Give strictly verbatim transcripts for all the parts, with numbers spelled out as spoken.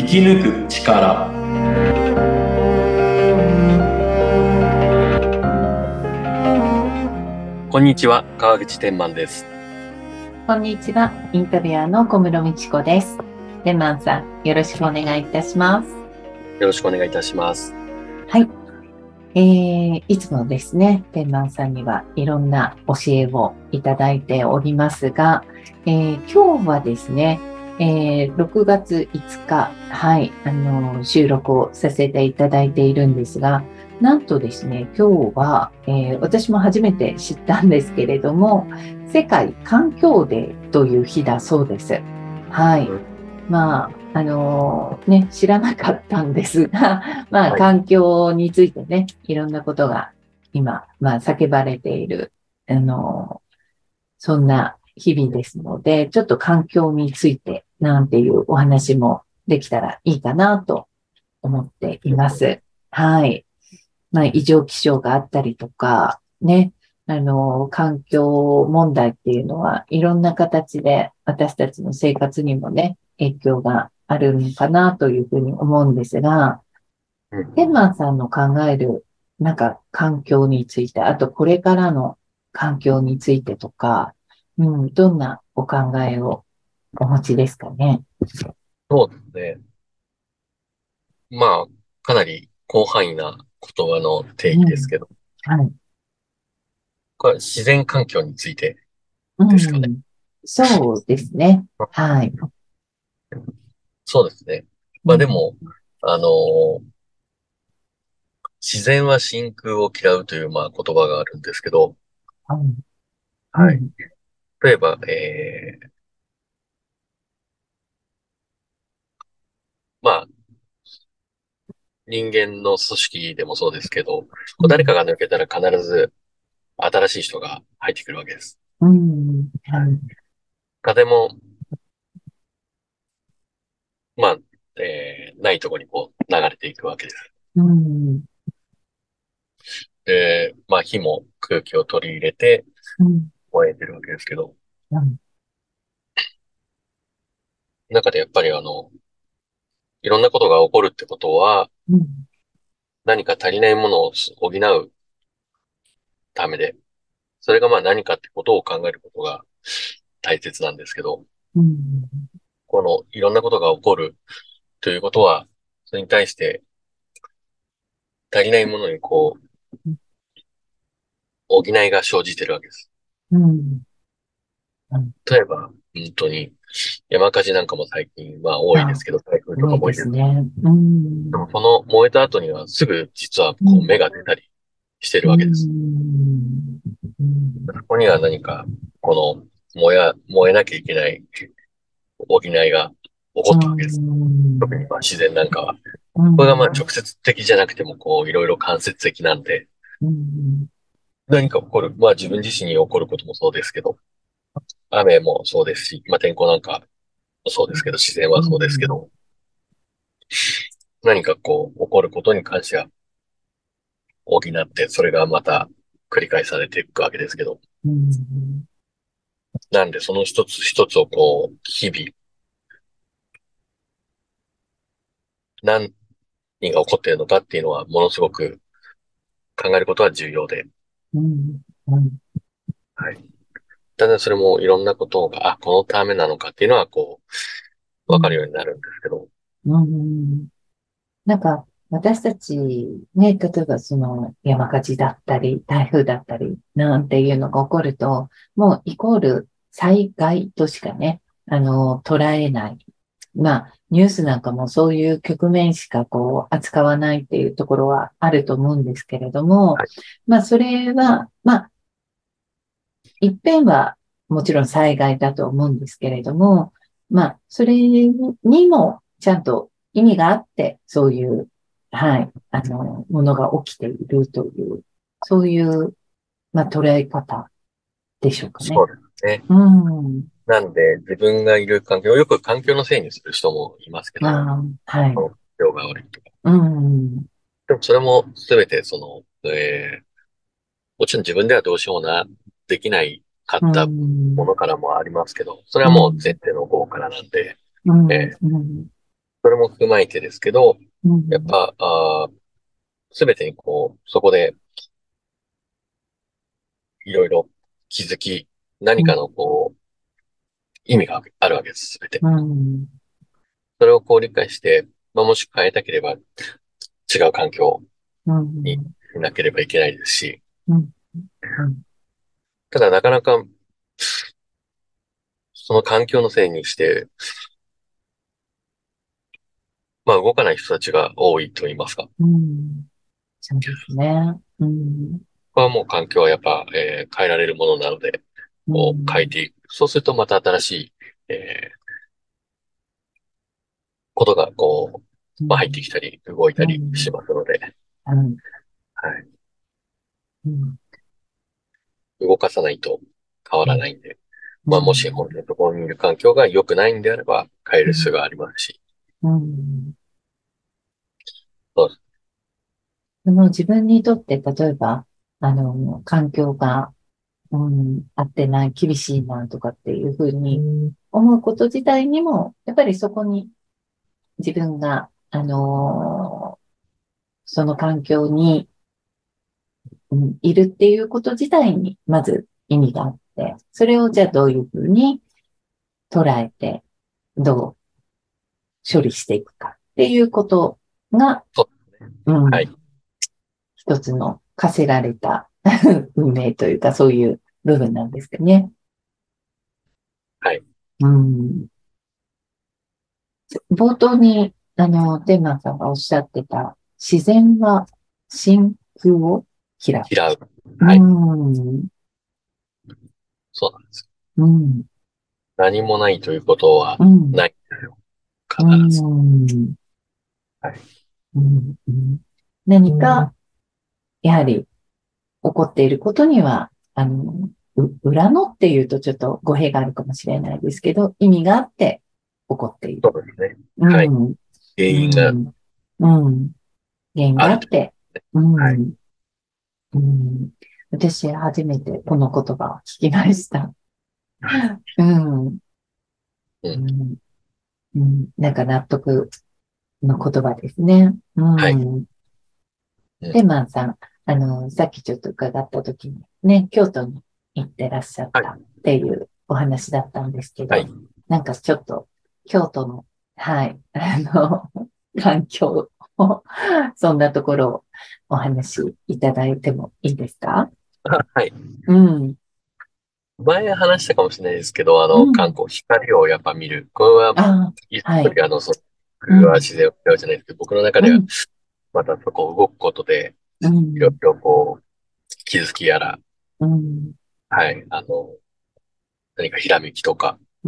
生き抜く力。こんにちは、川口天満です。 こんにちは。インタビュアーの小室美智子です。天満さん、よろしくお願いいたします。 よろしくお願いいたします。 はい。えー、いつもですね、天満さんにはいろんな教えをいただいておりますが、えー、今日はですね、えー、ろくがついつか、はい、あの、収録をさせていただいているんですが、なんとですね、今日は、えー、私も初めて知ったんですけれども、世界環境デーという日だそうです。はい。 うん、 まあ、あのね、知らなかったんですが、まあ、 はい。 環境についてね、いろんなことが今、まあ、叫ばれている、あの、そんな日々ですので、ちょっと環境についてなんていうお話もできたらいいかなと思っています。はい。まあ、異常気象があったりとか、ね、あの、環境問題っていうのはいろんな形で私たちの生活にもね、影響があるのかなというふうに思うんですが、 うん、 天満さんの考える、なんか環境について、あとこれからの環境についてとか、うん、どんなお考えをお持ちですかね。 そうですね。まあ、かなり広範囲な言葉の定義うん、 ですけど、 はい。 これは自然環境についてうですかね。 ん、そうですね。はい。 そうですね。 うん、 まあでも、あのー自然は真空を嫌うという、まあ、言葉があるんですけど、はい。 うん、 例えば、えー、まあ、人間の組織でもそうですけど、こう誰かうん、 が抜けたら必ず新しい人が入ってくるわけです。 うん、ははい。 い。 風も、まあ、えー、ないところにこう流れていくわけです。 うん、 で、まあ火も空気を取り入れてうん、 燃えてるわけですけど、 うん、 中でやっぱりあの、いろんなことが起こるってことは、 うん、 何か足りないものを補うためで、それがまあ何かってことを考えることが大切なんですけど、 うん、 このいろんなことが起こるということは、それに対して足りないものにこう、補いが生じてるわけです。 うん、うん、 例えば、本当に山火事なんかも最近は多いであ、 すけど、台風と多いでかも多いです。 すね。うん、 でもその燃えた後にはすぐ実はうん、 こう芽が出たりしてるうわけです。 ん、うん、 そこには何か、この燃や、燃えなきゃいけない補いが起こうったわけです。特にん、 まあ自然なんかは。 うこれがまあん、 直接的じゃなくてもこういろいろ間接的なんで、 うん、 何か起こる。まあ自分自身に起こることもそうですけど、雨もそうですし、まあ天候なんかもそうですけど、自然うはそうですけん、 ど、何かこう起こることに関しては補って、それがまた繰り返されていくわけですけど、 うん、 なんでその一つ一つをこう、日々、何が起こっているのかっていうのはものすごく考えることは重要で、 うん、うん、 はい。ただそれもいろんなことが、あ、このためなのかっていうのはこう、わかるようになるんですけど、 うん、なんか、私たちね、例えばその山火事だったり、台風だったり、なんていうのが起こると、もうイコール災害としかね、あの、捉えない。まあ、ニュースなんかもそういう局面しかこう扱わないっていうところはあると思うんですけれども、 はい。 まあ、それは、まあ、一辺はもちろん災害だと思うんですけれども、まあ、それにもちゃんと意味があって、そういう、はい、あの、ものが起きているという、そういう、まあ、捉え方でしょうかね。 そうですね。 うん。 なんで自分がいる環境、よく環境のせいにする人もいますけど、 ああ、はい。 環境が悪いとか。 うん。 でもそれもすべてその、えーもちろん自分ではどうしようもな、できないかっうたもん。 のからもありますけど、それはもう前うん。 提の方からなんで、 うん。 えーうん。 それも踏まえてですけど、 うん、 やっぱ、あすべてにこう、そこでいろいろ気づき、何かうん、 のこう、意味があるわけです、すべて。 うん、 それをこう理解して、まあ、もし変えたければ違う環境うにん、 いなければいけないですし、 うん、うん、 ただなかなかその環境のせいにして、まあ動かない人たちが多いと言いますか。 うん、そうですね。うん、 ここはもう環境はやっぱ、えー変えられるものなので、 うこう変えん、 ていく。そうするとまた新しい、えーことがこう、まあ、入ってうん、 きたり動いうたりしん、 ますので、 うん、 はい。 うん、 動かさないと変わうん、 らないんで、 うまあもし本当にそこにいる環境が良くないんであれば変える必要がありますし、 ん。 そうです。 でも自分にとって、例えば、あの、環境が、うん、合ってない、厳しいなとかっていうふうに思うこと自体にも、やっぱりそこに自分が、あのその環境に、うん、いるっていうこと自体に、まず意味があって、それをじゃあどういうふうに捉えて、どう処理していくかっていうことが、 そうですね。 うん、 はい。 一つの課せられた運命というか、そういう部分なんですかね。 はい。 うん、冒頭に、あの、テーマさんがおっしゃってた、自然は真空を開く。 嫌う。 うはい。 ん、 そうなんです。 うん、 何もないということはうん、 ないんですよ。 う必ず。 ん、 はい。 うん、うん。何か、やはり起こっていることには、あの、う裏のっていうとちょっと語弊があるかもしれないですけど、意味があって起こっている。 そうですね。はい。 うん、 原う因がん、うん。原因があると。 あって、うはい。 ん、うん。私、初めてこの言葉を聞きました。うん、ううん。 ん、うん。なんか納得の言葉ですね。うはい。 ん。 うん。 で、マンさん、あの、さっきちょっと伺った時にね、京都に行ってらっしゃっはい。 たっていうお話だったんですけど、 はい。 なんかちょっと京都の、はい、あの、環境を、そんなところをお話しいただいてもいいですか？ あはい。 うん、 前話したかもしれないですけど、あの、観うん。 光、光をやっぱ見る。これは、 あいつあ、はい。 もりあの、そうん、 の、自然を使うじゃないですけど、僕の中では、 うん、 またそこを動くことで、 うん、 いろいろこう、気づきやら、 うん、 はい、あの、何かひらめきとか、 うん、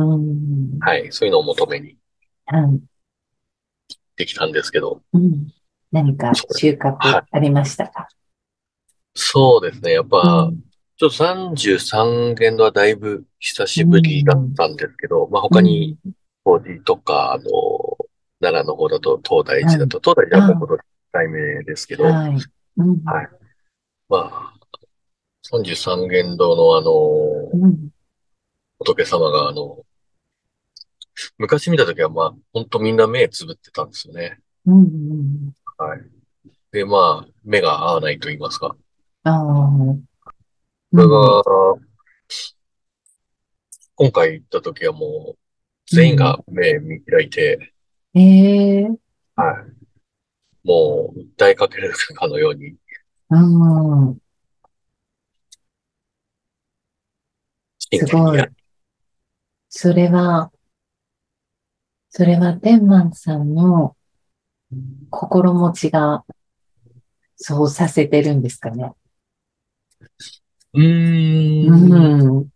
はい、そういうのを求めにはい。 できたんですけど、 うん。何かそうです。 収穫はい。 ありましたか？ そうですね。やっぱ、 うん、 ちょっとさんじゅうさん限度はだいぶ久うしぶりだっん、 たんですけど、まあ、他に、 うん、 法事とか、あの、奈良の方だと東大はい。 寺だと、東大寺はもうあ今年いっかいめですけあ、 ど、 はい。うん、 はい。まあ、さんじゅうさん限度のあの、 うん、 仏様があの、昔見たときはまあ、ほんとみんな目つぶってたんですよね。 うん、うん。 はい。で、まあ、目が合わないと言いますか。 ああ、うそれん、 が、今回行ったときはもう、全員うん。 が目見開いて、 ええ、 はい。もう、訴えかけるかのように、 うん、 真剣にやる。 すごい。それは、それは天満さんの心持ちがそうさせてるんですかね。 ううーん。 ん、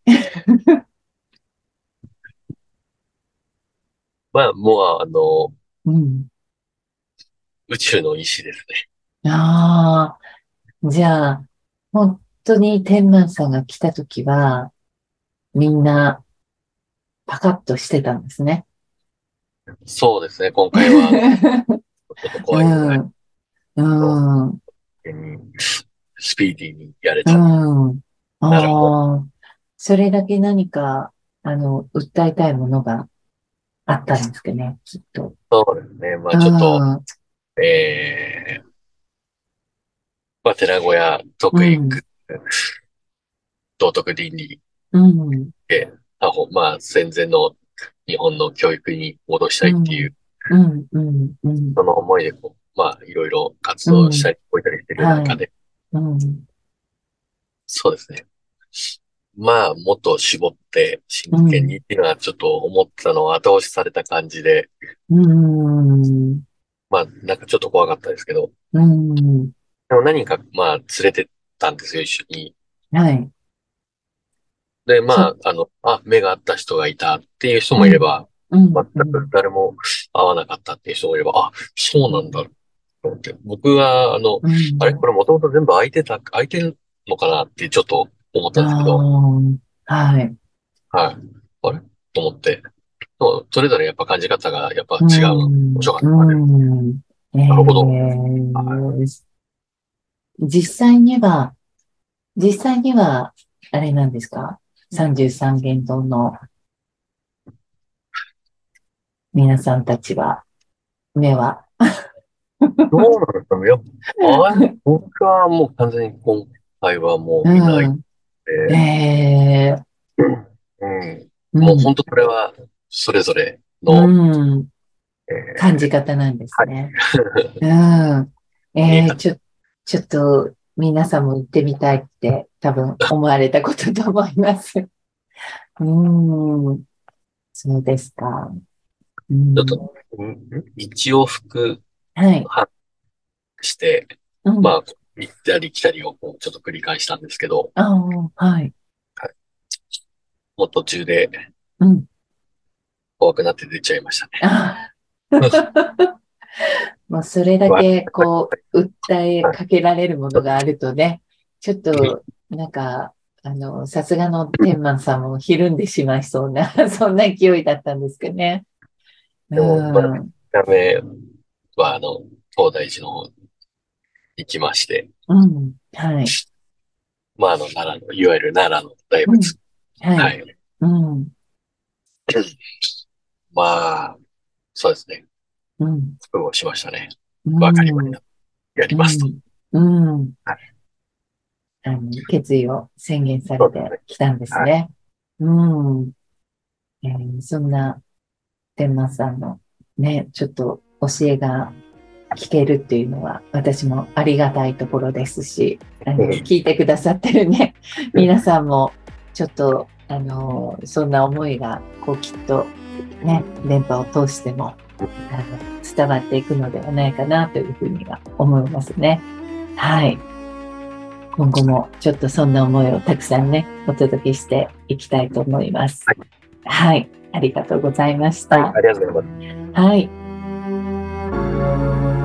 まあ、もう、あの、 うん。 宇宙の意志ですね。 ああ、じゃあ、本当に天満さんが来たときは、みんなパカッとしてたんですね。 そうですね。今回は、あの、ちょっとう怖いぐらいん、うの、 ん、 にスピーディーにやれうた。 ん。 ならもう、 ああ、それだけ何か、あの、訴えたいものがあったんですけどね、きっと。 そうですね。まうあちょっと、 ん、 えー、まあ寺子屋、 うん、 徳育、道徳倫理うん、 で、あほ、まあ戦前の日本の教育に戻したうん、 いっていう、 うん、うん、うん、 その思いでこう、まあいろいろ活うん、 動したり、動いたりしてるはい、 中で、 うん、 そうですね。まあ、もっと絞って真剣にうん、 っていうのはちょっと思ったのを後押しされた感じで、 うん、 まあ、なんかちょっと怖かったですけど、 うん、 でも何人か、まあ、連れてったんですよ、一緒に。 はい、 で、 そ、 まあ、あの、あ、目が合った人がいたっていう人うん、 もいれば、 うん、 全うん、 く誰も会わなかったっていう人もいれば、あ、そうなんだうん、 と思って。僕は、あの、 うあれこん、 れもともと全部空いてた、空いてるのかなってちょっと思っあたんですけど、 あ、はい、 はい。あれと思って。そうそれぞれやっぱ感じ方がやっぱう違うの。面ん、 白かったです。 うん、えなるほど。はえ、実際には、実際には、あれなんですか？ さんじゅうさん 元堂の皆さんたちは、目は。 い。どうなんですかね。やっぱ、あ僕はもう完全に今回はもうう見ないん。えで、 え、 うん。 うん、 もう本当これはそれぞれの、 うん、感じえー方なんですはい。 ね。うん。 見え方。 ええ、ちょ、ちょっと、皆さんも行ってみたいって多分思われたことと思います。うん、そうですか。うちょっと、 ん、 ん一往復はい。 半して、 うん。 まあ、行ったり来たりをこうちょっと繰り返したんですけど、 ああ、はい。 はい。もう途中でうん。 怖くなって出ちゃいましたね。 ああ。もうそれだはい。 け、こう、訴えかけられるものがあるとね、ちょっと、なんか、あの、さすがの天満さんもひるんでしまいそうな、そんな勢いだったんですけどね。うでも、まあ、 ん。 ダメは、あの、東大寺の方に行きまして、 うん。はい。 まあ、あの、奈良の、いわゆる奈良の大うん。 仏。 はい。 はい。 うん。 まあ、そうですね。 うん。 覚悟しましたね。 うわかりましん。 た。やりますと。 うん。うん。 はい。 あの、決意を宣言されてそうですね。 きたんですはい。 ね。うん。えーそんな天満さんのね、ちょっと教えが聞けるっていうのは私もありがたいところですし、あの、聞いてくださってるね、皆さんもちょっと、あの、そんな思いが、こうきっとね、電波を通しても、あの、伝わっていくのではないかなというふうには思いますね。はい。今後もちょっとそんな思いをたくさんね、お届けしていきたいと思います。 はい。 はい。ありがとうございましはい。 た。 ありがとうございます。 はい。